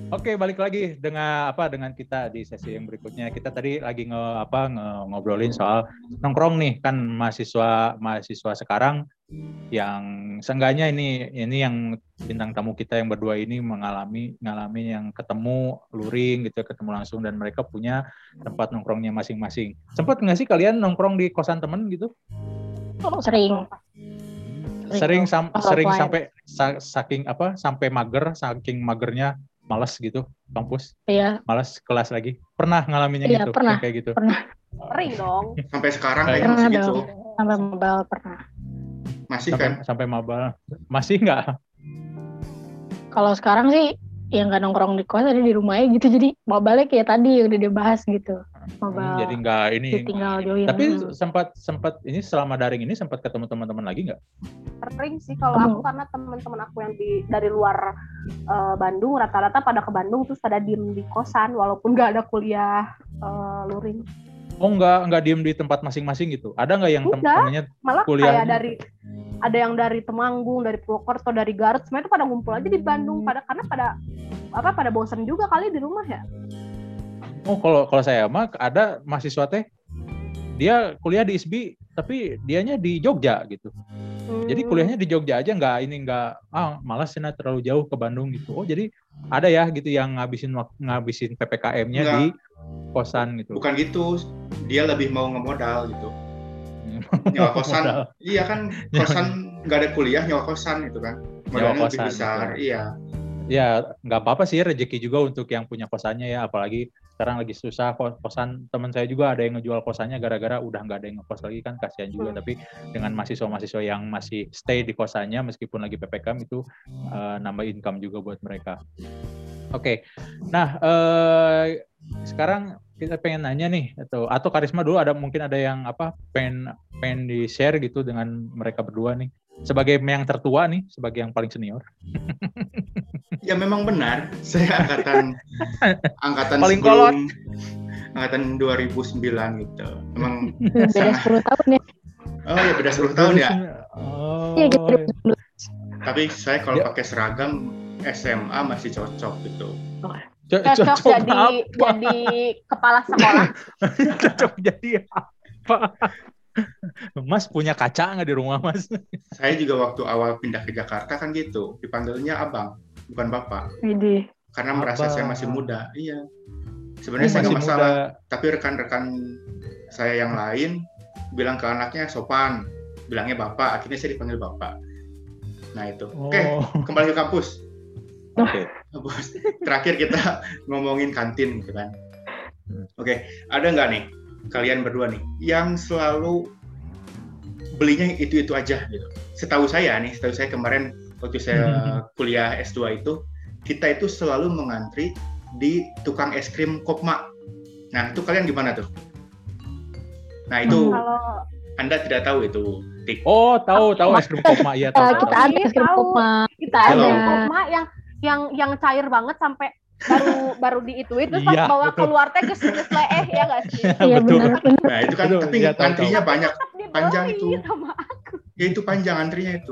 Oke, balik lagi dengan kita di sesi yang berikutnya. Kita tadi lagi ngobrolin soal nongkrong nih, kan mahasiswa sekarang yang seenggaknya ini yang bintang tamu kita yang berdua ini mengalami yang ketemu luring gitu, ketemu langsung, dan mereka punya tempat nongkrongnya masing-masing. Sempat nggak sih kalian nongkrong di kosan temen gitu? Sering sampai sampai saking magernya malas gitu kampus. Iya. Malas kelas lagi. Pernah ngalamin yang itu? Pernah. Yang kayak gitu? Pernah. Sering dong. Sampai sekarang kayaknya masih gitu. Sampai mabal pernah. Masih kan? Sampai mabal. Masih nggak? Kalau sekarang sih yang nggak nongkrong di kos, ada di rumahnya gitu, jadi mabalnya kayak tadi udah dibahas gitu. Jadi nggak ini. Tinggal join. Tapi sempat ini selama daring ini sempat ketemu teman-teman lagi nggak? Sering sih kalau aku, karena teman-teman aku yang dari luar Bandung rata-rata pada ke Bandung terus pada diem di kosan walaupun nggak ada kuliah luring. Oh, nggak diem di tempat masing-masing gitu? Ada nggak yang temennya malah kuliah? Kayak ada yang dari Temanggung, dari Purwokerto, dari Garut, semua itu pada ngumpul aja di Bandung karena pada bosan juga kali di rumah ya. Oh, kalau saya mah ada mahasiswa teh dia kuliah di ISBI tapi dianya di Jogja gitu. Jadi kuliahnya di Jogja aja, malas sih terlalu jauh ke Bandung gitu. Oh, jadi ada ya gitu yang ngabisin PPKM-nya di kosan gitu. Bukan gitu, dia lebih mau ngemodal gitu. Nyawa kosan, iya kan, kosan nggak ada kuliah, nyawa kosan itu kan, modalnya lebih besar, gitu. Iya. Ya nggak apa-apa sih, rezeki juga untuk yang punya kosannya ya, apalagi sekarang lagi susah kosan. Teman saya juga ada yang ngejual kosannya gara-gara udah nggak ada yang ngekos lagi kan, kasihan juga. Tapi dengan mahasiswa yang masih stay di kosannya meskipun lagi PPKM itu nambah income juga buat mereka. Oke. Nah sekarang kita pengen nanya nih, atau Karisma dulu mungkin ada yang pengen di share gitu dengan mereka berdua nih, sebagai yang tertua nih, sebagai yang paling senior. Ya memang benar, saya angkatan paling sebelum angkatan 2009 gitu. Memang beda 10 tahun ya. Oh ya, beda 10 tahun ya. Iya, gitu. Tapi saya kalau pakai seragam SMA masih cocok gitu. Cocok jadi kepala sekolah. Cocok jadi apa? Mas punya kaca nggak di rumah, Mas? Saya juga waktu awal pindah ke Jakarta kan gitu, dipanggilnya abang, bukan bapak. Karena merasa saya masih muda. Iya. Sebenarnya saya nggak masalah, tapi rekan-rekan saya yang lain bilang ke anaknya sopan, bilangnya bapak, akhirnya saya dipanggil bapak. Nah itu. Oke, kembali ke kampus. Oke. Terakhir kita ngomongin kantin gitu kan. Oke, ada nggak nih kalian berdua nih yang selalu belinya itu aja gitu? Setahu saya kemarin waktu saya kuliah S2 itu, kita itu selalu mengantri di tukang es krim Kopma. Nah itu kalian gimana tuh? Nah itu Anda tidak tahu itu. Tik. Oh tahu es krim Kopma, iya tahu. Kita ada es krim Kopma. Kita ada es krim Kopma yang cair banget sampai baru diituin terus pas bawa keluar teh geus leeh ya enggak sih? Iya benar. Nah, itu kan tapi antrinya banyak, panjang itu. Ya itu panjang antrinya itu.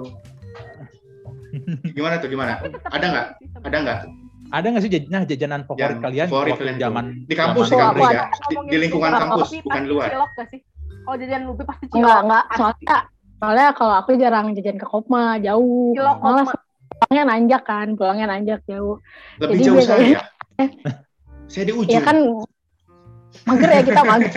Gimana? Ada nggak? Ada nggak sih jajanan favorit kalian waktu zaman di kampus ya? Di lingkungan kampus, bukan luar. Kalau jajan Lubi pasti cilok. Enggak. Soalnya kalau aku jarang jajan ke Kopma, jauh. Malas pulangnya nanjak jauh. Lebih jauh saya. Saya di ujung. Ya kan mager ya, kita mager.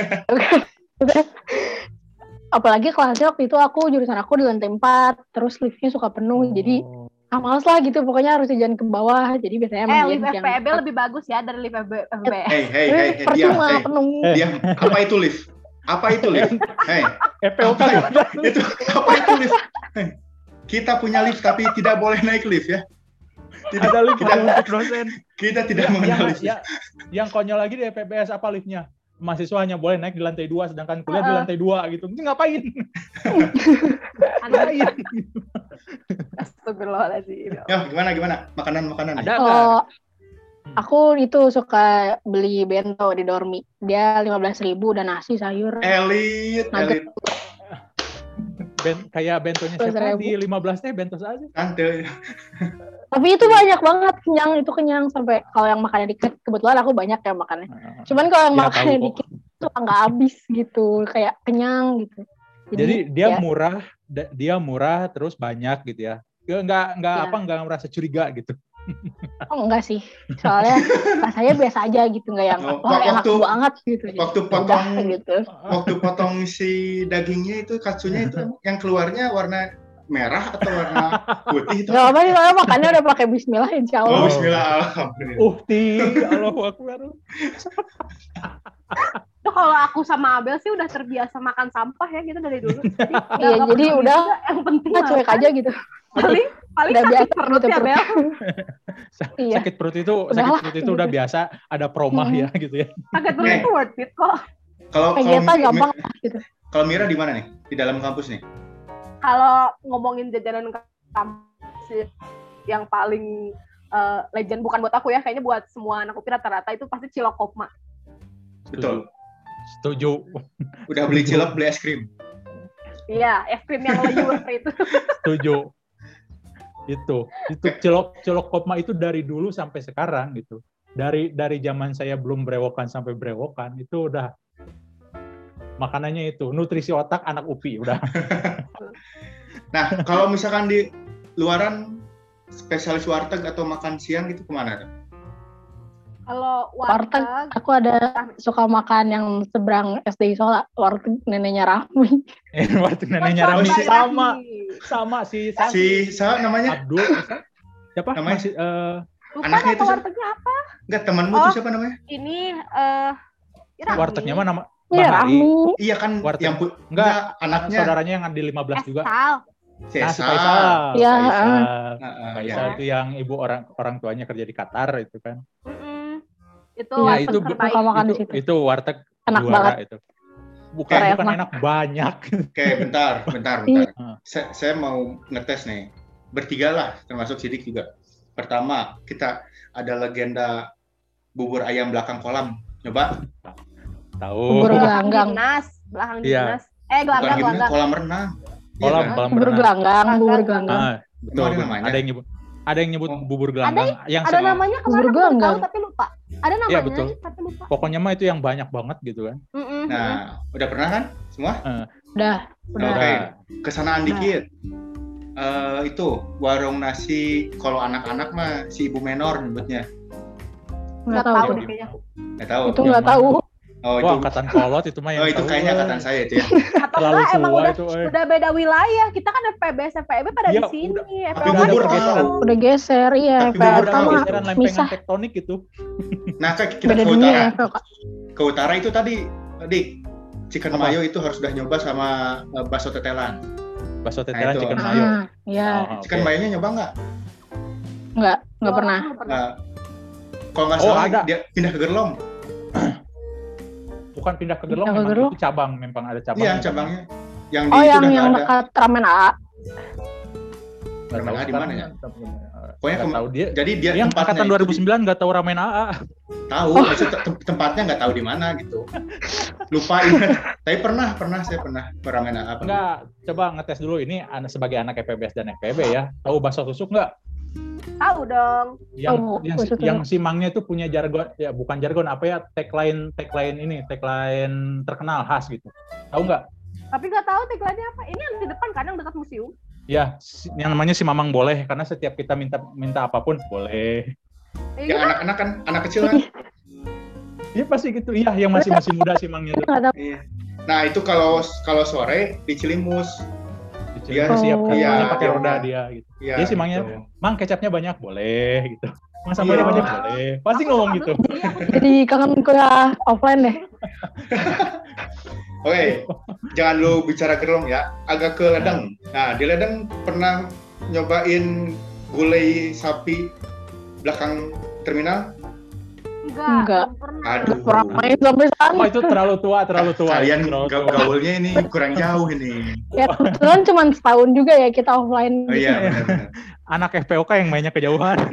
Apalagi kelasnya waktu itu jurusan aku di lantai 4, terus liftnya suka penuh, jadi males lah gitu, pokoknya harus jajan ke bawah. Jadi biasanya lift FPB lebih bagus ya dari lift FPB. Hey, diam. Apa itu lift? Hey, FPOK itu apa itu lift? Hey. Kita punya lift tapi tidak boleh naik lift ya. Tidak ada lift untuk dosen. Kita tidak mengenal lift. Yang konyol lagi di FPBS apa liftnya? Mahasiswa hanya boleh naik di lantai 2 sedangkan kuliah di lantai 2 gitu. Ini ngapain? Astagfirullahaladzim. Ya, gimana? Makanan. Ada enggak? Aku itu suka beli bento di Dormi. Dia 15.000 dan nasi, sayur. Elit. kayak bentonya siapa di 15 bentos aja. Santai. Tapi itu banyak banget kenyang sampai kalau yang makannya dikit, kebetulan aku banyak ya makannya. Cuman kalau yang makannya dikit itu nggak habis gitu, kayak kenyang gitu. Jadi dia murah terus banyak gitu ya. Nggak merasa curiga gitu. Oh enggak sih, soalnya rasanya biasa aja gitu, nggak yang enak banget gitu. Waktu potong si dagingnya itu katsunya itu yang keluarnya warna merah atau warna putih itu? Gak apa sih, soalnya makannya udah pakai Bismillah insya Allah. Bismillah, alhamdulillah. Allahu Akbar. Itu kalau aku sama Abel sih udah terbiasa makan sampah ya gitu dari dulu. Jadi udah yang penting cuek aja gitu. Paling udah sakit biasa perut gitu, ya Bel. Sakit perut itu udah biasa, ada promah ya gitu ya. Sakit perut itu worth it kok. Kalau gampang gitu. Kalau Mira di mana nih? Di dalam kampus nih? Kalau ngomongin jajanan kampus yang paling legend, bukan buat aku ya, kayaknya buat semua anak UPI rata-rata itu pasti cilok kopma. Betul. Setuju. Udah beli cilok, beli es krim. Iya, es krim yang liur itu. Setuju. Itu cilok kopma itu dari dulu sampai sekarang gitu. Dari zaman saya belum brewokan sampai brewokan itu udah makanannya itu nutrisi otak anak UPI udah. Nah, kalau misalkan di luaran spesialis warteg atau makan siang gitu kemana? Kalau warteg aku ada suka makan yang seberang SD Isola, warteg neneknya Rahmi. Warteg neneknya Rahmi sama si namanya Abdul. Siapa? Namanya lupa anaknya itu wartegnya apa? Enggak, temanmu itu siapa namanya? Ini wartegnya mana nama? Iya, Rahmi. Iya kan warteg. yang enggak anaknya saudaranya yang di 15 juga. Si Faisal. Iya, Faisal itu yang ibu orang tuanya kerja di Qatar itu kan. Itu ya, itu makan di situ. Itu warteg enak juara banget. itu. Bukan enak banyak. Oke, bentar. Saya mau ngetes nih. Bertiga lah, termasuk Sidik juga. Pertama, kita ada legenda bubur ayam belakang kolam. Coba. Tahu. Bubur gelanggang. Belakang Iya. Gimnas. Gelanggang. Kolam renang. Kolam Bubur gelanggang. Betul. Ada yang nyebut bubur gelanggang. Ada namanya kemarin aku tahu tapi lupa. Ada namanya iya, betul. tapi lupa. Pokoknya mah itu yang banyak banget gitu kan. Nah, udah pernah kan semua? Udah. Oke. Kesanaan dikit. Itu warung nasi kalau anak-anak mah si Ibu Menor nyebutnya. Nggak tahu kayaknya. Nggak tahu. Itu nggak tahu. Oh, itu angkatan kolot itu mah yang itu kayaknya angkatan saya itu ya. Terlalu tua itu. Udah beda wilayah. Kita kan FPB pada di sini. Udah geser, iya. Pertama lempengan tektonik itu. Nah, kita ke utara. Ke utara itu tadi, Dik, chicken mayo itu harus udah nyoba sama bakso tetelan. Bakso tetelan chicken mayo. Iya. Chicken mayonya nyoba nggak? Nggak pernah. Kalau nggak salah dia pindah ke Gerlong. Bukan pindah ke Gerlong, memang itu cabang, memang ada cabang. Iya, cabangnya. Yang dekat Ramen A. Ramen A di mana ya? Pokoknya tahu dia. Jadi dia yang angkatan 2009 nggak tahu Ramen AA. Tahu, maksudnya tempatnya nggak tahu di mana gitu. Lupa ingat. Tapi saya pernah ke Ramen AA. Enggak, coba ngetes dulu ini sebagai anak FPBS dan FPB ya. Tahu bakso tusuk nggak? Tahu dong. Yang simangnya itu punya jargon, ya bukan jargon, apa ya, tagline terkenal khas gitu. Tahu nggak? Tapi nggak tahu tagline-nya apa. Ini yang di depan kan, yang dekat museum. Ya, yang namanya si Mamang boleh, karena setiap kita minta apapun boleh. Ya anak-anak kan, anak kecil kan. Iya pasti gitu. Iya, yang masih muda simangnya tuh. Nah, itu kalau sore di Cilimus. Dia siap pakai roda dia gitu. Dia simangnya, "Mang, kecapnya banyak?" "Boleh." gitu. "Mang, sambalnya banyak?" "Boleh." Pasti ngomong gitu. Jadi kangen kuliah offline deh. Oke, jangan lu bicara Gerlong ya, agak ke Ledeng. Nah, di Ledeng pernah nyobain gulai sapi belakang terminal? Enggak. Aduh. Main sampai sana. Itu terlalu tua. Kalian gaulnya ini kurang jauh ini. Ya, kebetulan cuma setahun juga ya kita offline. Oh iya, benar. Anak FPOK yang mainnya kejauhan.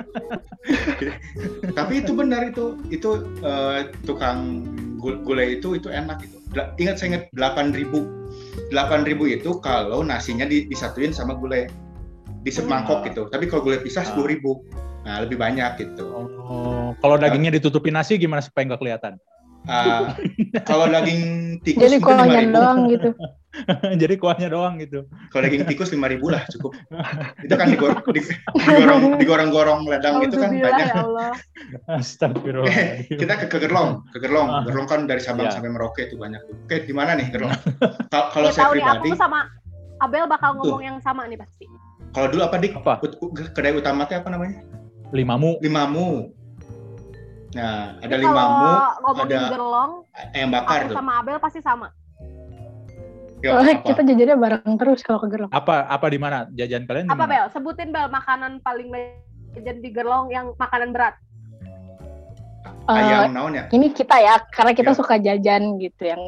Tapi itu benar itu tukang gulai itu enak itu. Saya ingat 8.000 8.000 itu kalau nasinya disatuin sama gulai di semangkok gitu. Tapi kalau gulai pisah 10.000. Nah, lebih banyak gitu. Oh, kalau dagingnya ditutupin nasi gimana supaya nggak kelihatan? Kalau daging tikus jadi kuahnya doang gitu. Jadi kuahnya doang gitu. Kalau daging tikus 5.000 lah cukup. Itu kan digorong-gorong ledang itu kan banyak. Ya Allah. Astagfirullah. Kita ke Gerlong. Gerlong kan dari Sabang sampai Merauke itu banyak. Oke, di mana nih Gerlong? Kalau saya pribadi, aku sama Abel bakal ngomong yang sama nih pasti. Kalau dulu apa Dik? Kedai utama apa namanya? Limamu. Nah, ada Limamu, ada Gerlong, ayam bakar aku tuh. sama Abel pasti sama. Kita jajannya bareng terus kalau ke Gerlong. Apa di mana? Jajan kalian di mana? Apa Bel? Sebutin Bel makanan paling legend di Gerlong yang makanan berat. Ayam naon ya? Ini kita ya, karena kita suka jajan gitu yang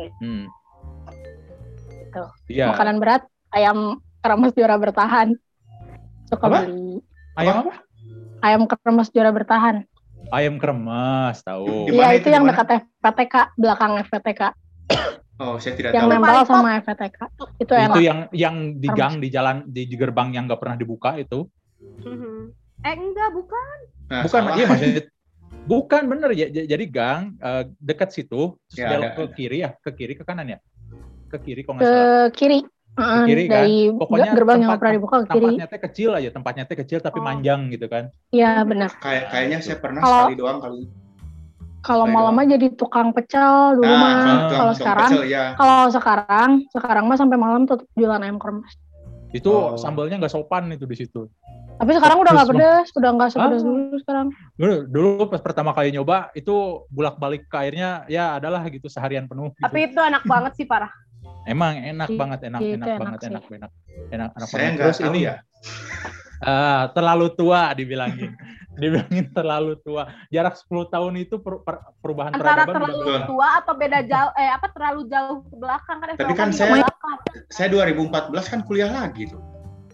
gitu. Yeah. Makanan berat, ayam kremes juara bertahan. Suka beli. Ayam apa? Ayam kremes juara bertahan. Ayam kremes, tahu. Iya, itu yang dekat FPTK, belakang FPTK. Oh, saya tidak yang tahu. Yang nempel sama FPTK. Itu enak. Itu yang di gang, di jalan, di gerbang yang nggak pernah dibuka itu. Enggak, bukan. Nah, bukan, iya maksudnya. Bukan, bener ya. Jadi gang, dekat situ, belok ke kiri ya? Ke kiri, ke kanan ya? Ke kiri kok nggak salah. Ke kiri. Kiri kan, dari pokoknya gerbang yang pernah dibuka ke kiri. Tempatnya teh kecil tapi manjang gitu kan. Iya benar. Kayaknya saya pernah sekali doang kali. Kalau malamnya jadi tukang pecel dulu mah. Kalau sekarang, kalau sekarang mah sampai malam tetap jualan ayam kremes. Itu sambalnya nggak sopan itu di situ. Tapi sekarang udah nggak pedas, udah nggak sepedas dulu sekarang. Dulu pas pertama kali nyoba itu bolak-balik ke airnya ya adalah gitu seharian penuh. Gitu. Tapi itu enak banget sih parah. Emang enak banget, enak saya banget. Terus ini ya, terlalu tua dibilangin terlalu tua. Jarak 10 tahun itu perubahan antara peradaban terlalu tua atau beda jauh, terlalu jauh ke belakang kan? Tapi kan saya 2014 kan kuliah lagi tuh.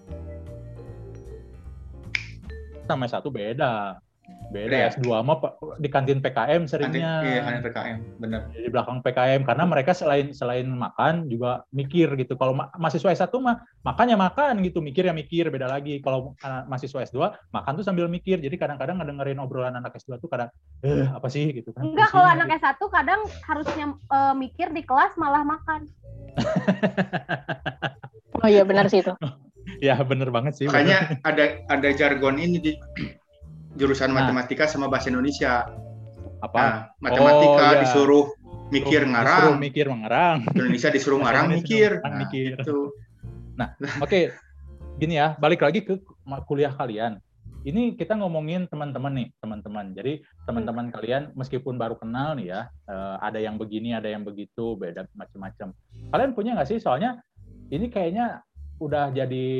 Sama satu beda ya. S2 mah di kantin PKM seringnya. Iya, kantin PKM, benar. Di belakang PKM karena mereka selain makan juga mikir gitu. Kalau mahasiswa S1 mah makan gitu, mikir beda lagi. Kalau mahasiswa S2 makan tuh sambil mikir. Jadi kadang-kadang ngedengerin obrolan anak S2 tuh kadang apa sih gitu kan. Enggak, kalau anak S1 kadang harusnya mikir di kelas malah makan. Oh iya benar sih itu. Ya benar banget sih. Makanya ada jargon ini di jurusan matematika sama bahasa Indonesia. Apa? Matematika disuruh mikir ngarang. Disuruh mikir mengarang. Indonesia disuruh ngarang mikir. Mikir. Gitu. Nah, oke. Gini ya, balik lagi ke kuliah kalian. Ini kita ngomongin teman-teman. Jadi teman-teman kalian meskipun baru kenal nih ya, ada yang begini, ada yang begitu, beda macam-macam. Kalian punya nggak sih? Soalnya ini kayaknya udah jadi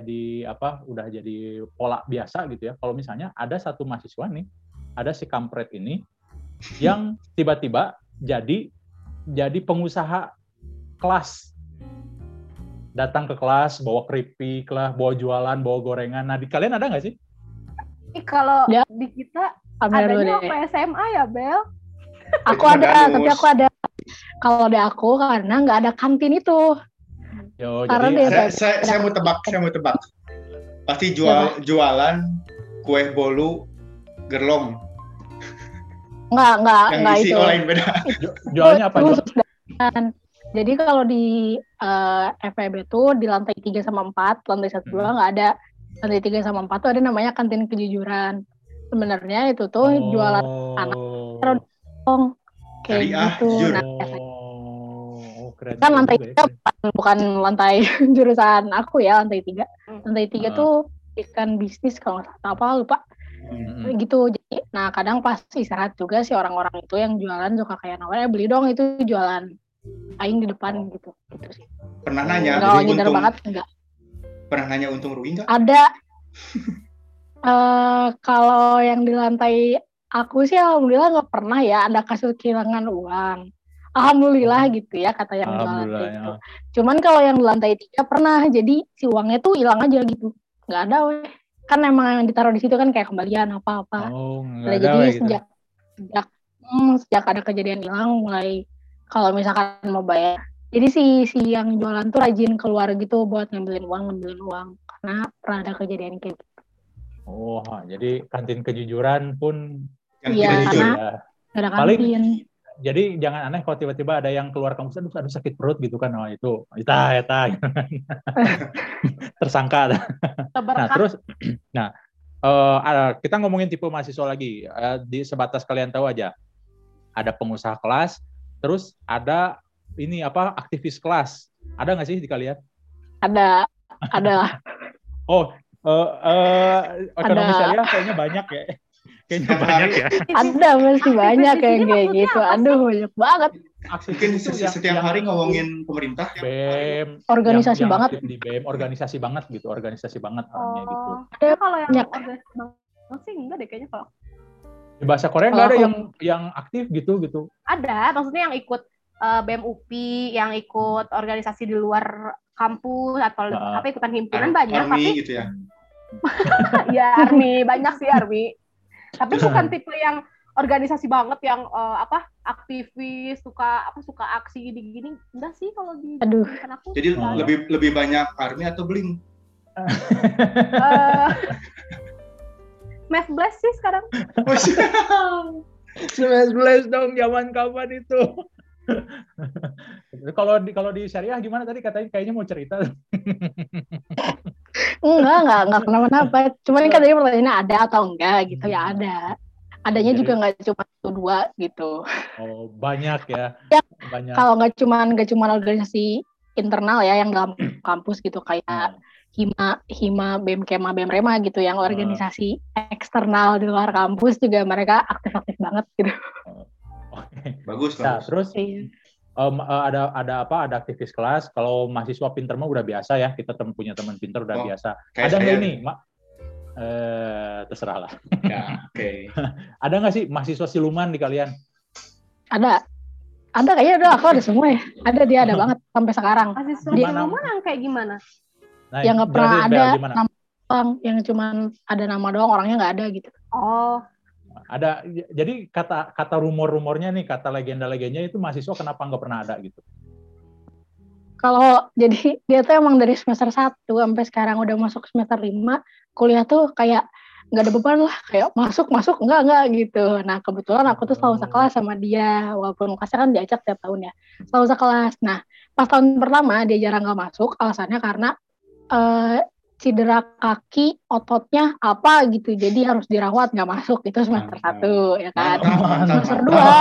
pola biasa gitu ya. Kalau misalnya ada satu mahasiswa nih, ada si kampret ini yang tiba-tiba jadi pengusaha kelas. Datang ke kelas bawa keripik lah, bawa jualan, bawa gorengan. Nah, di kalian ada nggak sih? Kalau di kita adanya apa SMA ya, Bel? Aku ada, tapi aku ada. Kalau di aku karena nggak ada kantin itu. Karena saya mau tebak. Pasti jualan kue bolu Gerlong. Enggak isi itu. Lain beda. Jualnya apa? Jadi kalau di FEB tuh di lantai 3 sama 4, lantai 1 2 nggak ada. Lantai 3 sama 4 tuh ada namanya kantin kejujuran. Sebenarnya itu tuh jualan anak taruh kayak gitu. Nah, kan lantai 3 bukan lantai jurusan aku ya, lantai 3. Lantai 3 tuh ikan bisnis kalau nggak salah apa lupa. Gitu. Jadi, nah kadang pas istirahat juga sih orang-orang itu yang jualan suka kayak nawarnya beli dong itu jualan aing di depan gitu sih. Pernah nanya jadi untung banget enggak? Pernah nanya untung rugi enggak? Ada. Kalau yang di lantai aku sih alhamdulillah nggak pernah ya ada kasus kehilangan uang. Alhamdulillah gitu ya kata yang jualan gitu. Cuman kalau yang di lantai 3 pernah, jadi si uangnya tuh hilang aja gitu, nggak ada weh. Kan emang yang ditaruh di situ kan kayak kembalian apa-apa. Jadi sejak ada kejadian hilang mulai kalau misalkan mau bayar Jadi si yang jualan tuh rajin keluar gitu buat ngambilin uang karena pernah ada kejadian kayak gitu. Oh, jadi kantin kejujuran pun iya karena ada kantin. Paling jadi jangan aneh kalau tiba-tiba ada yang keluar kampus, aduh sakit perut gitu kan, itu tersangka. Nah terus, kita ngomongin tipe mahasiswa lagi, di sebatas kalian tahu aja, ada pengusaha kelas, terus ada ini aktivis kelas, ada nggak sih di kalian? Ada. Oh, ekonomi syariah kayaknya banyak ya. Kayaknya banyak ya. Ada pasti banyak kayak gitu. Aduh, banyak banget. Mungkin setiap hari ngomongin pemerintah. BEM. Organisasi banget. Di BEM, organisasi banget gitu. Organisasi banget orangnya gitu. Ada kalau yang organisasi banget sih enggak deh kayaknya kalau. Di bahasa Korea nggak ada yang aktif gitu. Ada, maksudnya yang ikut BEM UPI, yang ikut organisasi di luar kampus atau ikutan himpunan banyak. Army gitu ya. Ya Army, banyak sih Army. Tapi bukan tipe yang organisasi banget yang aktivis suka aksi gini enggak sih kalau di aku. Jadi lebih banyak Army atau Blink? Smash Blast sih sekarang. Smash Blast dong, zaman kapan itu? Kalau di syariah gimana tadi katanya kayaknya mau cerita? Enggak kenapa-napa. Cuman kan tadi pertanyaannya ada atau enggak gitu ya ada. Adanya juga nggak cuma 1-2 gitu. Oh banyak ya. Banyak. Kalau nggak cuma organisasi internal ya yang dalam kampus gitu kayak Hima, BEM Kema, BEM Rema gitu yang organisasi eksternal di luar kampus juga mereka aktif-aktif banget gitu. Bagus. Nah, terus ada aktivis kelas. Kalau mahasiswa pinter mah udah biasa ya, kita punya teman pinter udah biasa. Ada nggak ini terserah lah. Ya, okay. Ada nggak sih mahasiswa siluman di kalian? Ada kayaknya aku ada semua ya. Ada banget sampai sekarang. Mahasiswa siluman yang kayak gimana? Nah, yang nggak pernah ada nama doang, yang cuman ada nama doang, orangnya nggak ada gitu. Oh. Ada, jadi kata rumor-rumornya nih, kata legenda-legendanya itu mahasiswa kenapa nggak pernah ada gitu? Kalau jadi dia tuh emang dari semester 1 sampai sekarang udah masuk semester 5, kuliah tuh kayak nggak ada beban lah, kayak masuk enggak gitu. Nah kebetulan aku tuh selalu sekelas sama dia, walaupun kelasnya kan diacak tiap tahun ya, selalu sekelas. Nah pas tahun pertama dia jarang nggak masuk, alasannya karena cedera kaki, ototnya apa gitu, jadi harus dirawat, nggak masuk. Itu semester 1 ya kan. Semester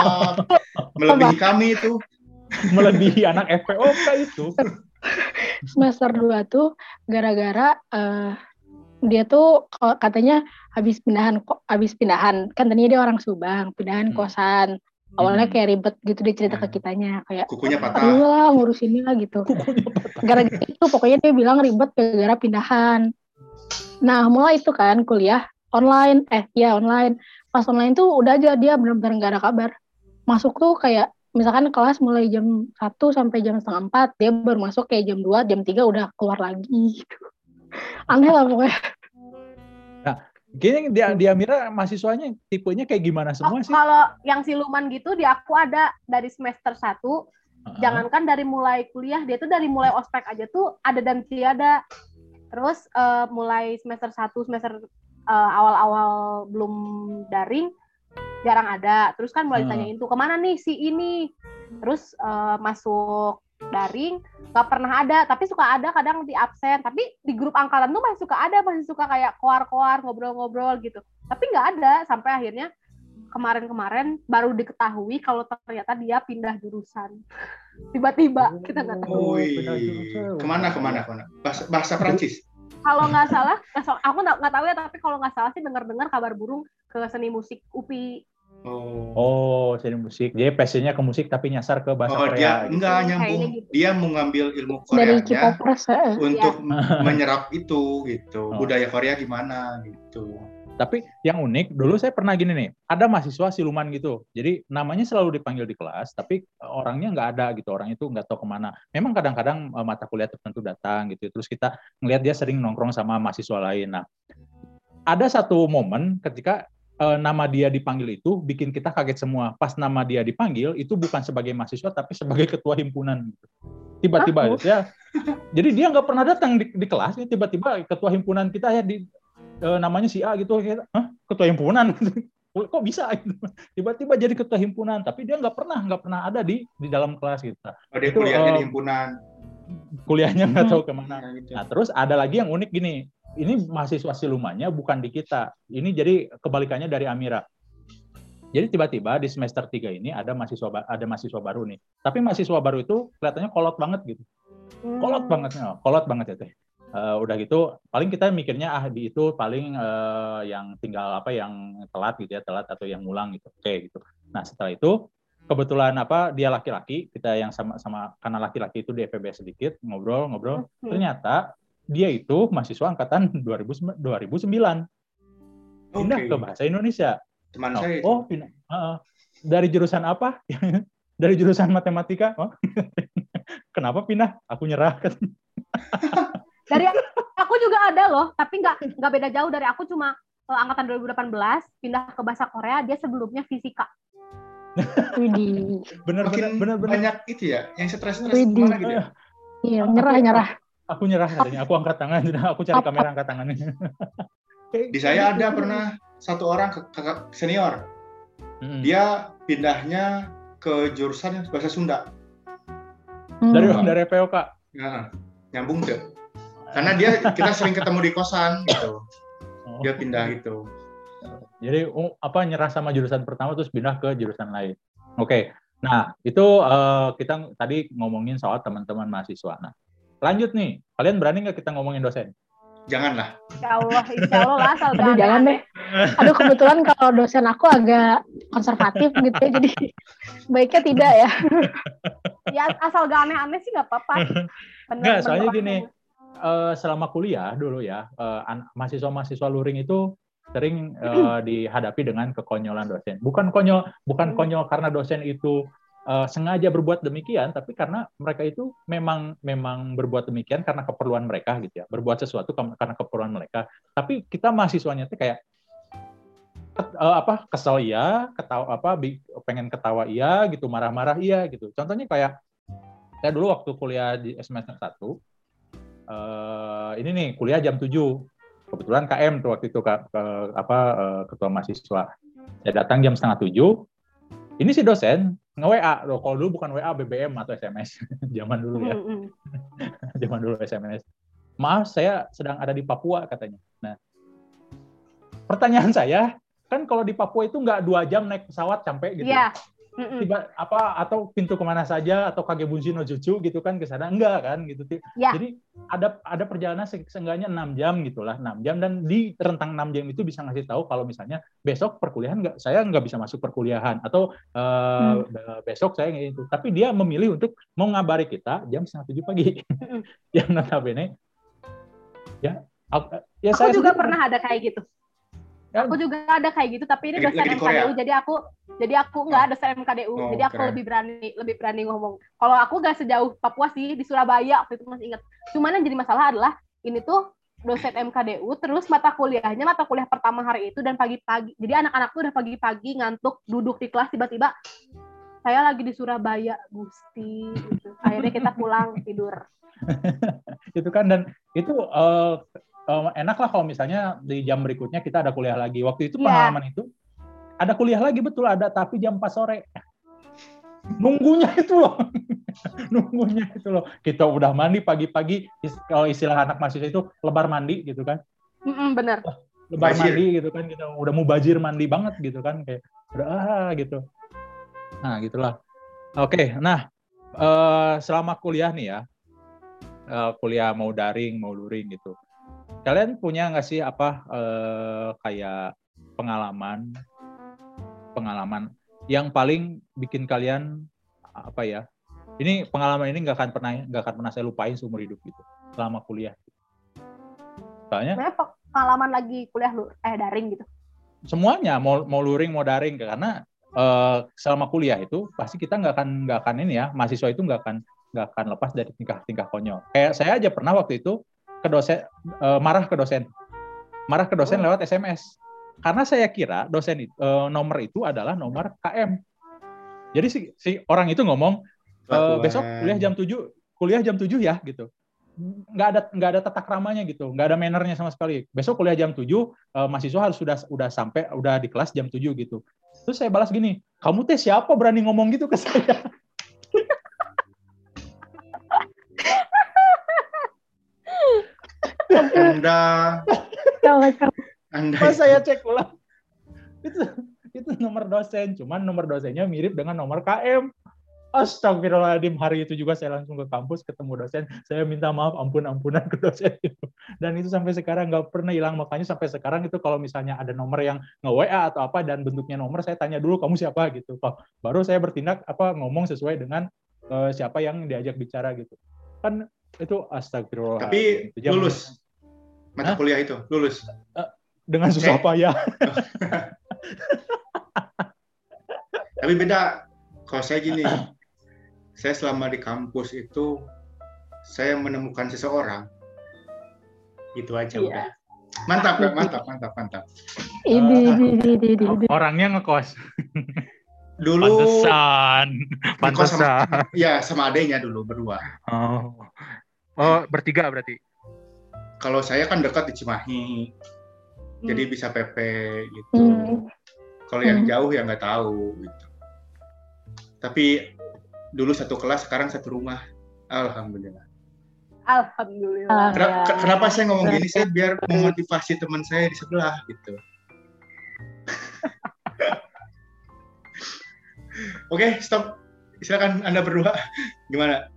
2 melebihi kami itu. Melebihi anak FPOK itu. Semester 2 tuh gara-gara dia tuh katanya habis pindahan kan tadinya dia orang Subang, pindahan kosan. Awalnya kayak ribet gitu dia cerita ke kitanya kayak kukunya patah. Aduh lah ngurus ini lah gitu. Gara-gara itu pokoknya dia bilang ribet gara-gara pindahan. Nah mulai itu kan kuliah online, online. Pas online tuh udah aja dia benar-benar nggak ada kabar. Masuk tuh kayak misalkan kelas mulai jam 1 sampai jam 3:30, dia baru masuk kayak jam 2, jam 3 udah keluar lagi gitu. Aneh lah pokoknya. Nah, gini dia Mira mahasiswanya tipenya kayak gimana semua sih? Kalau yang siluman gitu di aku ada dari semester 1, jangankan dari mulai kuliah, dia tuh dari mulai ospek aja tuh ada dan tiada. Terus mulai semester 1, semester awal-awal belum daring, jarang ada. Terus kan mulai ditanyain tuh kemana nih si ini. Terus masuk daring nggak pernah ada, tapi suka ada kadang di absen. Tapi di grup angkatan tuh masih suka kayak koar-koar ngobrol-ngobrol gitu. Tapi nggak ada sampai akhirnya kemarin baru diketahui kalau ternyata dia pindah jurusan. Tiba-tiba kita nggak tahu. Kemana? Bahasa Prancis. Kalau nggak salah, aku nggak tahu ya. Tapi kalau nggak salah sih dengar kabar burung ke seni musik UPI. Oh, seni musik. Jadi passionnya ke musik tapi nyasar ke bahasa Korea. Dia enggak nyambung. Gitu. Dia mau ngambil ilmu Koreanya untuk menyerap itu gitu. Budaya Korea gimana gitu. Tapi yang unik, dulu saya pernah gini nih, ada mahasiswa siluman gitu. Jadi namanya selalu dipanggil di kelas, tapi orangnya nggak ada gitu. Orang itu nggak tahu kemana. Memang kadang-kadang mata kuliah tertentu datang gitu. Terus kita ngelihat dia sering nongkrong sama mahasiswa lain. Nah, ada satu momen ketika nama dia dipanggil itu bikin kita kaget semua. Pas nama dia dipanggil itu bukan sebagai mahasiswa tapi sebagai ketua himpunan. Tiba-tiba ya. Jadi dia nggak pernah datang di kelas, tiba-tiba ketua himpunan kita ya namanya si A gitu, ketua himpunan. Kok bisa gitu. Tiba-tiba jadi ketua himpunan, tapi dia nggak pernah ada di dalam kelas gitu. Dia kuliahnya di himpunan. Kuliahnya nggak tahu kemana. Nah terus ada lagi yang unik gini, ini mahasiswa silumannya bukan di kita, ini jadi kebalikannya dari Amira. Jadi tiba-tiba di semester 3 ini ada mahasiswa baru nih. Tapi mahasiswa baru itu kelihatannya kolot banget gitu. Kolot banget ya teh. Udah gitu paling kita mikirnya di itu paling yang tinggal yang telat gitu ya, telat atau yang ngulang gitu. Oke gitu. Nah, setelah itu kebetulan dia laki-laki, kita yang sama karena laki-laki itu di FEB sedikit ngobrol. Ternyata dia itu mahasiswa angkatan 2009. Pindah ke bahasa Indonesia. Teman saya itu. Pindah. Dari jurusan apa? Dari jurusan matematika. Kenapa pindah? Aku nyerah. Dari aku juga ada loh, tapi nggak beda jauh dari aku, cuma angkatan 2018 pindah ke bahasa Korea, dia sebelumnya fisika. Bener. Banyak itu ya, yang stres kemana gitu ya? Iya, nyerah. Aku nyerah katanya, aku angkat tangan, aku cari kamera angkat tangannya. Di saya ada pernah satu orang kakak senior, dia pindahnya ke jurusan bahasa Sunda. Dari POK. Nah, nyambung tuh. Karena kita sering ketemu di kosan gitu. Dia pindah gitu. Jadi nyerah sama jurusan pertama terus pindah ke jurusan lain. Oke. Nah, itu kita tadi ngomongin soal teman-teman mahasiswa. Nah, lanjut nih. Kalian berani nggak kita ngomongin dosen? Janganlah. Insya Allah lah. Aduh, jangan deh. Aduh, kebetulan kalau dosen aku agak konservatif gitu ya, jadi baiknya tidak ya. Ya, asal gak aneh-aneh sih nggak apa-apa. Nggak, soalnya gini, selama kuliah dulu ya, mahasiswa luring itu sering dihadapi dengan kekonyolan dosen. Bukan konyol karena dosen itu sengaja berbuat demikian, tapi karena mereka itu memang berbuat demikian karena keperluan mereka gitu ya, berbuat sesuatu karena keperluan mereka. Tapi kita mahasiswanya tuh kayak kesel iya, pengen ketawa iya gitu, marah-marah iya gitu. Contohnya kayak saya dulu waktu kuliah di semester 1, ini nih kuliah jam 7. Kebetulan KM tuh waktu itu ketua mahasiswa. Saya datang jam 6:30. Ini si dosen nge-WA, kalau dulu bukan WA, BBM atau SMS. Zaman dulu ya. Zaman dulu SMS. Maaf, saya sedang ada di Papua katanya. Nah, pertanyaan saya, kan kalau di Papua itu nggak 2 jam naik pesawat sampai gitu. Iya. Atau pintu kemana saja atau Kagebunshi no Jutsu gitu kan ke sana, enggak kan gitu. Ya. Jadi ada perjalanan seenggaknya 6 jam gitulah, 6 jam, dan di rentang 6 jam itu bisa ngasih tahu kalau misalnya besok perkuliahan saya nggak bisa masuk perkuliahan atau besok saya gitu. Tapi dia memilih untuk mau ngabari kita jam 6:30 pagi. Yang notabene aku juga pernah ada kayak gitu. Aku juga ada kayak gitu, tapi ini dosen MKDU, jadi aku nggak dosen MKDU, jadi aku lebih berani ngomong. Kalau aku nggak sejauh Papua sih, di Surabaya waktu itu masih ingat. Cuman yang jadi masalah adalah ini tuh dosen MKDU, terus mata kuliah pertama hari itu dan pagi-pagi. Jadi anak-anak tuh udah pagi-pagi ngantuk, duduk di kelas, tiba-tiba saya lagi di Surabaya, Gusti. Gitu. Akhirnya kita pulang tidur. Itu kan, dan itu enak lah kalau misalnya di jam berikutnya kita ada kuliah lagi. Waktu itu pengalaman itu ada kuliah lagi, betul ada, tapi jam 4 sore. Nunggunya itu loh. Kita udah mandi pagi-pagi, kalau istilah anak mahasiswa itu lebar mandi gitu kan. Bener. Lebar mandi gitu kan, kita udah mubazir mandi banget gitu kan, kayak udah gitu. Nah, gitulah. Oke, nah selama kuliah nih ya, kuliah mau daring, mau luring gitu. Kalian punya nggak sih kayak pengalaman yang paling bikin kalian ini pengalaman ini nggak akan pernah saya lupain seumur hidup gitu selama kuliah. Soalnya pengalaman lagi kuliah daring gitu. Semuanya mau luring mau daring, karena selama kuliah itu pasti kita nggak akan ini ya, mahasiswa itu nggak akan lepas dari tingkah konyol. Kayak saya aja pernah waktu itu marah ke dosen lewat SMS. karena saya kira dosen itu, nomor itu adalah nomor KM. Jadi si orang itu ngomong besok kuliah jam 7 ya gitu. Nggak ada tata kramanya gitu, nggak ada mannernya sama sekali. Besok kuliah jam 7, mahasiswa harus udah di kelas jam 7 gitu. Terus saya balas gini, kamu teh siapa berani ngomong gitu ke saya? Anda Pas saya cek ulang, itu nomor dosen, cuman nomor dosennya mirip dengan nomor KM. Astagfirullahaladzim, hari itu juga saya langsung ke kampus ketemu dosen, saya minta maaf ampunan ke dosen itu. Dan itu sampai sekarang nggak pernah hilang, makanya sampai sekarang itu kalau misalnya ada nomor yang nge-WA atau apa dan bentuknya nomor, saya tanya dulu kamu siapa gitu. Baru saya bertindak ngomong sesuai dengan siapa yang diajak bicara gitu. Kan itu astagfirullah. Tapi lulus mata kuliah itu, lulus dengan susah payah. Tapi beda kalau saya gini, saya selama di kampus itu saya menemukan seseorang, itu aja udah. Mantap. Orangnya ngekos. Dulu pantesan. Sama adanya dulu berdua. Oh, bertiga berarti. Kalau saya kan dekat di Cimahi, jadi bisa PP gitu. Kalau yang jauh ya nggak tahu gitu. Tapi dulu satu kelas, sekarang satu rumah. Alhamdulillah. Kenapa saya ngomong gini? Saya biar memotivasi teman saya di sebelah gitu. Oke, stop. Silakan Anda berdua. Gimana?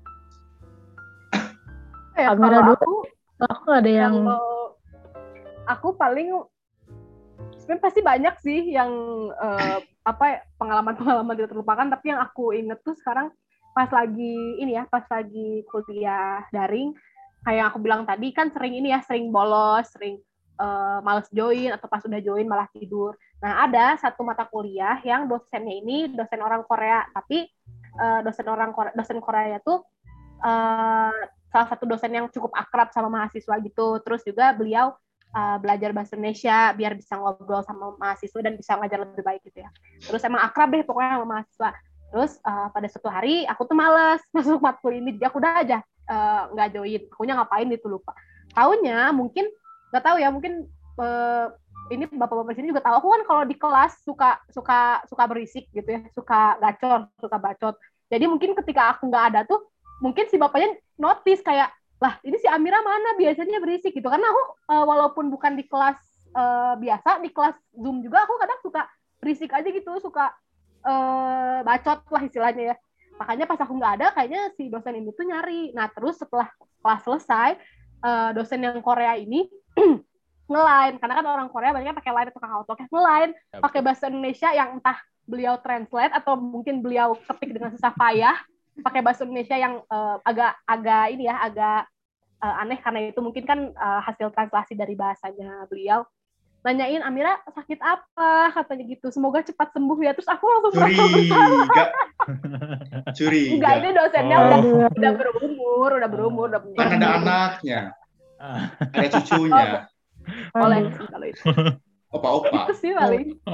Kalau aku ada yang aku paling sebenarnya pasti banyak sih yang pengalaman tidak terlupakan, tapi yang aku inget tuh sekarang pas lagi kuliah daring, kayak aku bilang tadi kan sering bolos, sering males join, atau pas udah join malah tidur. Nah, ada satu mata kuliah yang dosennya ini dosen orang Korea, tapi dosen Korea tuh salah satu dosen yang cukup akrab sama mahasiswa gitu. Terus juga beliau belajar bahasa Indonesia biar bisa ngobrol sama mahasiswa dan bisa ngajar lebih baik gitu ya. Terus emang akrab deh pokoknya sama mahasiswa. Terus pada suatu hari aku tuh malas masuk matkul ini, jadi aku udah aja nggak join. Akunya ngapain itu lupa. Taunya mungkin nggak tahu ya, mungkin ini bapak-bapak sini juga tahu. Aku kan kalau di kelas suka berisik gitu ya, suka bacot. Jadi mungkin ketika aku nggak ada tuh, mungkin si bapaknya notice kayak, lah ini si Amira mana biasanya berisik gitu. Karena aku walaupun bukan di kelas biasa, di kelas Zoom juga aku kadang suka berisik aja gitu, suka bacot lah istilahnya ya. Makanya pas aku nggak ada, kayaknya si dosen ini tuh nyari. Nah terus setelah kelas selesai, dosen yang Korea ini nge-line, karena kan orang Korea banyak pakai line atau Kakao Talk, nge-line pakai bahasa Indonesia yang entah beliau translate atau mungkin beliau ketik dengan susah payah, pakai bahasa Indonesia yang agak aneh, karena itu mungkin kan hasil translasi dari bahasanya beliau. Nanyain, Amira sakit apa, katanya gitu, semoga cepat sembuh ya. Terus aku langsung curiga. Enggak, ini dosennya udah berumur, udah punya. Kan ada anaknya, ada cucunya. Boleh sih kalau itu. Opa-opa. Itu sih paling.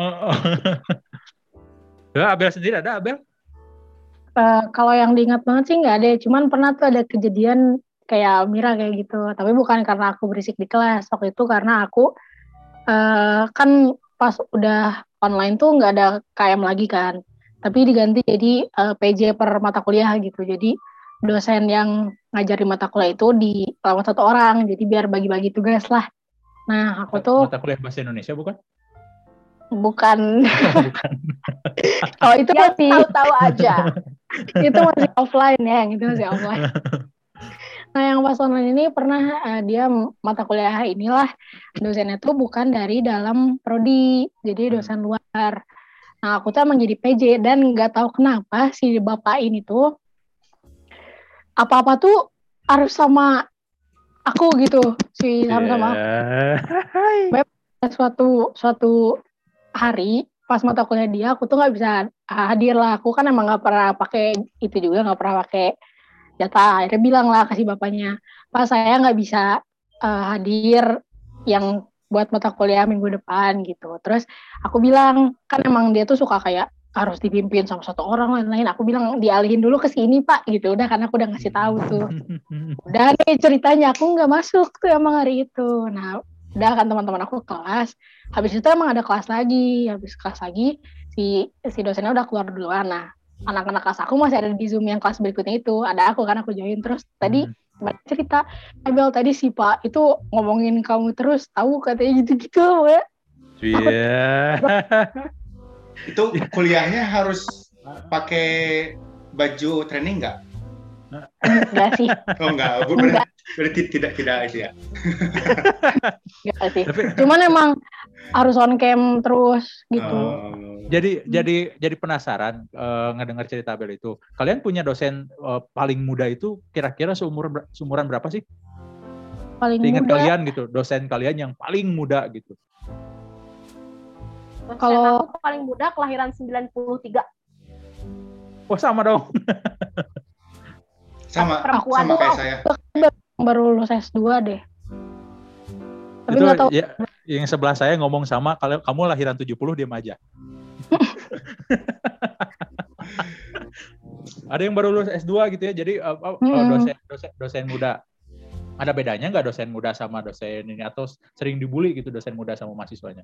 Abel sendiri ada, Abel? Kalau yang diingat banget sih nggak ada, cuman pernah tuh ada kejadian kayak Amira kayak gitu, tapi bukan karena aku berisik di kelas. Waktu itu karena aku kan pas udah online tuh nggak ada KM lagi kan, tapi diganti jadi PJ per mata kuliah gitu. Jadi dosen yang ngajari mata kuliah itu dilawan satu orang, jadi biar bagi-bagi tugas lah. Nah aku tuh mata kuliah bahasa Indonesia bukan? Bukan. Oh itu masih tahu-tahu aja. Itu masih offline ya, yang itu masih offline. Nah yang pas online ini pernah dia mata kuliah inilah dosennya tuh bukan dari dalam prodi, jadi dosen luar. Nah aku tuh emang jadi PJ dan nggak tahu kenapa si bapak ini tuh apa-apa tuh harus sama aku gitu, harus sama aku. Suatu hari pas mata kuliah dia, aku tuh nggak bisa hadir lah. Aku kan emang nggak pernah pakai itu juga, nggak pernah pakai data. Akhirnya bilang lah kasih bapaknya, Pak saya nggak bisa hadir yang buat mata kuliah minggu depan gitu. Terus aku bilang, kan emang dia tuh suka kayak harus dipimpin sama satu orang lain-lain. Aku bilang dialihin dulu ke sini Pak gitu. Udah karena aku udah ngasih tahu tuh. Udah nih ceritanya aku nggak masuk tuh emang hari itu. Nah udah kan teman-teman aku kelas. Habis itu emang ada kelas lagi. Habis kelas lagi si dosennya udah keluar duluan. Nah anak-anak kelas aku masih ada di Zoom yang kelas berikutnya itu. Ada aku kan aku join terus tadi cerita, Abel tadi si Pak itu ngomongin kamu terus, tahu katanya gitu-gitu ya. Iya. Itu kuliahnya harus pakai baju training nggak? Enggak sih. Oh enggak, berarti tidak itu ya. Enggak sih. Cuman emang harus on cam terus gitu. Jadi penasaran ngedengar cerita Abel itu. Kalian punya dosen paling muda itu kira-kira seumuran berapa sih? Paling Ingat muda. kalian gitu, dosen kalian yang paling muda gitu. Kalau aku paling muda kelahiran 93. Oh sama dong. sama aku kayak saya. Baru lulus S2 deh. Tapi itu nggak tahu. Ya, yang sebelah saya ngomong sama, kalau kamu lahiran 70 diam aja. Ada yang baru lulus S2 gitu ya. Jadi dosen muda. Ada bedanya nggak dosen muda sama dosen ini, atau sering dibully gitu dosen muda sama mahasiswanya?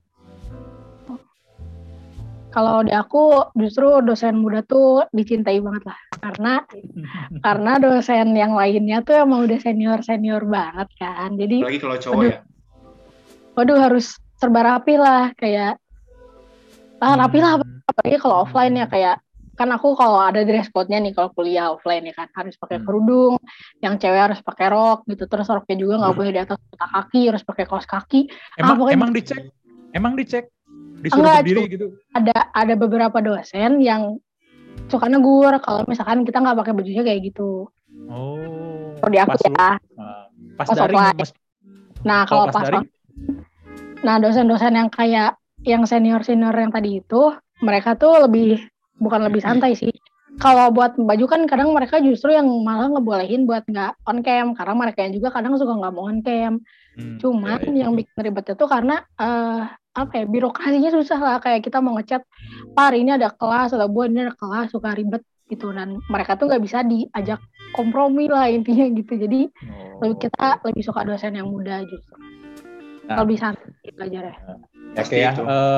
Kalau di aku justru dosen muda tuh dicintai banget lah, karena dosen yang lainnya tuh emang udah senior banget kan, jadi apalagi kalau cowok ya, waduh harus serba rapi lah, kayak rapi lah, apalagi kalau offline ya, kayak kan aku kalau ada dress code-nya nih kalau kuliah offline ya kan harus pakai kerudung, yang cewek harus pakai rok gitu, terus roknya juga nggak boleh di atas mata kaki, harus pakai kaos kaki. Emang dicek disuruh berdiri gitu. Ada beberapa dosen yang suka negur kalau misalkan kita nggak pakai bajunya kayak gitu. Oh. Kalau di aku ya. Pas daring. Nah kalau pas daring. Nah dosen-dosen yang kayak yang senior yang tadi itu, mereka tuh bukan lebih santai sih. Kalau buat baju kan kadang mereka justru yang malah ngebolehin buat nggak on cam, karena mereka juga kadang suka nggak mau on cam. Cuman yang bikin ribet itu karena birokrasinya susah lah, kayak kita mau ngechat Pak hari ini ada kelas atau Bu ini ada kelas, suka ribet gitu, dan mereka tuh nggak bisa diajak kompromi lah intinya gitu. Jadi kita lebih suka dosen yang muda justru. Lebih santai belajarnya. Oke ya.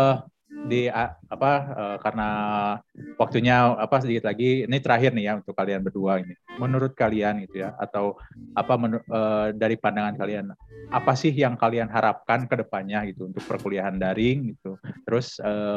Karena waktunya sedikit lagi, ini terakhir nih ya untuk kalian berdua ini. Menurut kalian gitu ya, atau dari pandangan kalian, apa sih yang kalian harapkan ke depannya gitu untuk perkuliahan daring gitu. Terus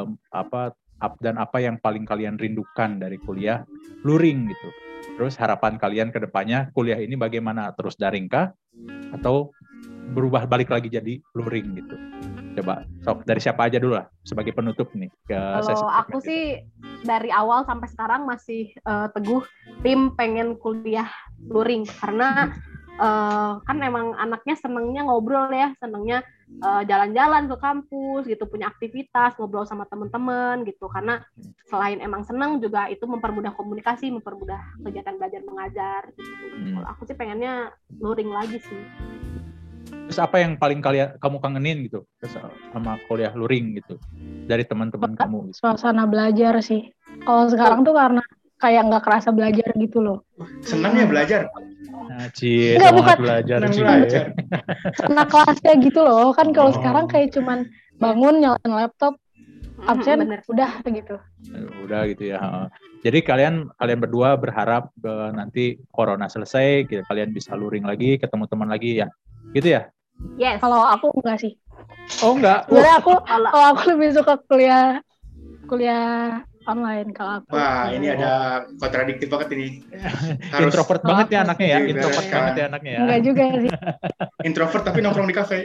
dan apa yang paling kalian rindukan dari kuliah luring gitu. Terus harapan kalian ke depannya kuliah ini bagaimana, terus daring kah atau berubah balik lagi jadi luring gitu. Coba dari siapa aja dulu lah sebagai penutup nih. Kalau aku sih dari awal sampai sekarang masih teguh tim pengen kuliah luring, karena kan emang anaknya senengnya ngobrol ya, senengnya jalan-jalan ke kampus gitu, punya aktivitas, ngobrol sama teman-teman gitu, karena selain emang seneng juga itu mempermudah komunikasi, mempermudah kegiatan belajar mengajar gitu. Kalau aku sih pengennya luring lagi sih. Terus apa yang paling kamu kangenin gitu sama kuliah luring gitu dari teman-teman kamu? Gitu? Suasana belajar sih. Kalau sekarang tuh karena kayak nggak kerasa belajar gitu loh. Senang ya belajar? Semangat belajar. Karena kelasnya gitu loh. Kan kalau sekarang kayak cuman bangun, nyalain laptop, absen, udah gitu. Udah gitu ya. Jadi kalian berdua berharap nanti corona selesai, kalian bisa luring lagi, ketemu teman lagi ya? Gitu ya? Yes. Kalau aku enggak sih. Oh enggak? Sebenarnya aku lebih suka kuliah online kalau aku. Wah, ini ada kontradiktif banget ini. Introvert banget ya anaknya ya. Introvert banget ya anaknya ya. Enggak juga sih. Introvert tapi nongkrong di kafe.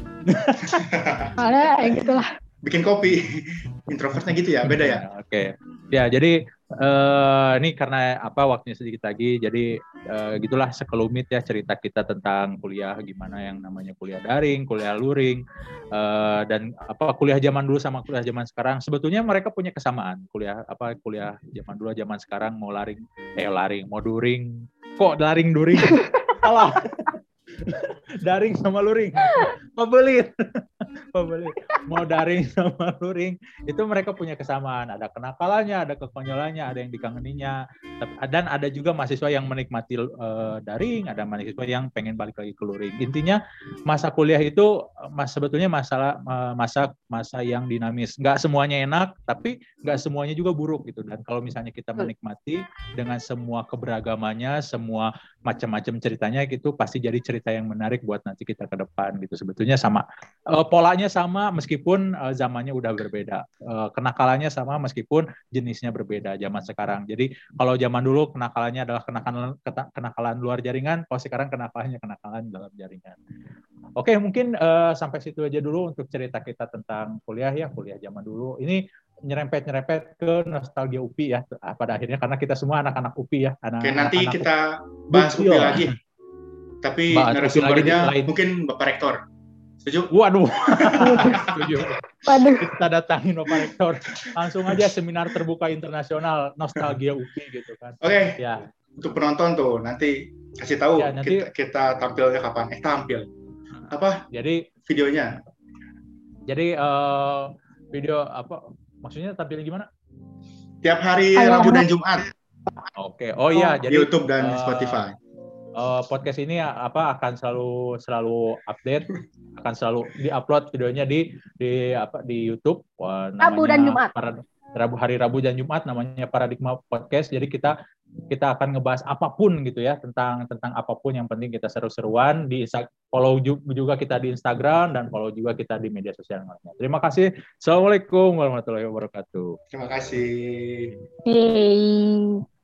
Soalnya gitulah. Bikin kopi. Introvertnya gitu ya, beda ya. Oke. Ya, jadi ini karena waktunya sedikit lagi, jadi gitulah sekelumit ya cerita kita tentang kuliah, gimana yang namanya kuliah daring, kuliah luring, dan kuliah zaman dulu sama kuliah zaman sekarang. Sebetulnya mereka punya kesamaan. Kuliah zaman dulu zaman sekarang mau mau during. Kok daring-during? Salah. Daring sama luring. Ngobrolin. mau daring sama luring itu mereka punya kesamaan, ada kenakalannya, ada kekonyolannya, ada yang dikangeninya, dan ada juga mahasiswa yang menikmati daring, ada mahasiswa yang pengen balik lagi ke luring. Intinya masa kuliah itu sebetulnya masa yang dinamis, nggak semuanya enak tapi nggak semuanya juga buruk gitu. Dan kalau misalnya kita menikmati dengan semua keberagamannya, semua macam-macam ceritanya gitu, pasti jadi cerita yang menarik buat nanti kita ke depan gitu. Sebetulnya sama, polanya sama meskipun zamannya udah berbeda, kenakalannya sama meskipun jenisnya berbeda zaman sekarang. Jadi kalau zaman dulu kenakalannya adalah kenakalan luar jaringan, kalau sekarang kenakalannya kenakalan dalam jaringan. Oke, mungkin sampai situ aja dulu untuk cerita kita tentang kuliah zaman dulu. Ini nyerempet ke nostalgia UPI ya pada akhirnya, karena kita semua anak-anak UPI ya. Oke, nanti kita bahas UPI lagi. Tapi narasumbernya mungkin Bapak Rektor. Setuju? Waduh. Setuju. Kita datangin Bapak Rektor. Langsung aja seminar terbuka internasional nostalgia UPI gitu kan. Oke. Ya. Untuk penonton tuh nanti kasih tahu ya, nanti kita tampilnya kapan? Tampil. Apa? Jadi videonya. Jadi video apa? Maksudnya tampilnya gimana? Tiap hari Rabu dan Jumat. Oke. Oh iya, jadi YouTube dan Spotify. Podcast ini akan selalu update, akan selalu diupload videonya di YouTube. Rabu dan Jumat. Hari Rabu dan Jumat namanya Paradigma Podcast. Jadi kita akan ngebahas apapun gitu ya, tentang apapun, yang penting kita seru-seruan. Follow juga kita di Instagram dan follow juga kita di media sosial lainnya. Terima kasih. Assalamualaikum warahmatullahi wabarakatuh. Terima kasih. Yeay.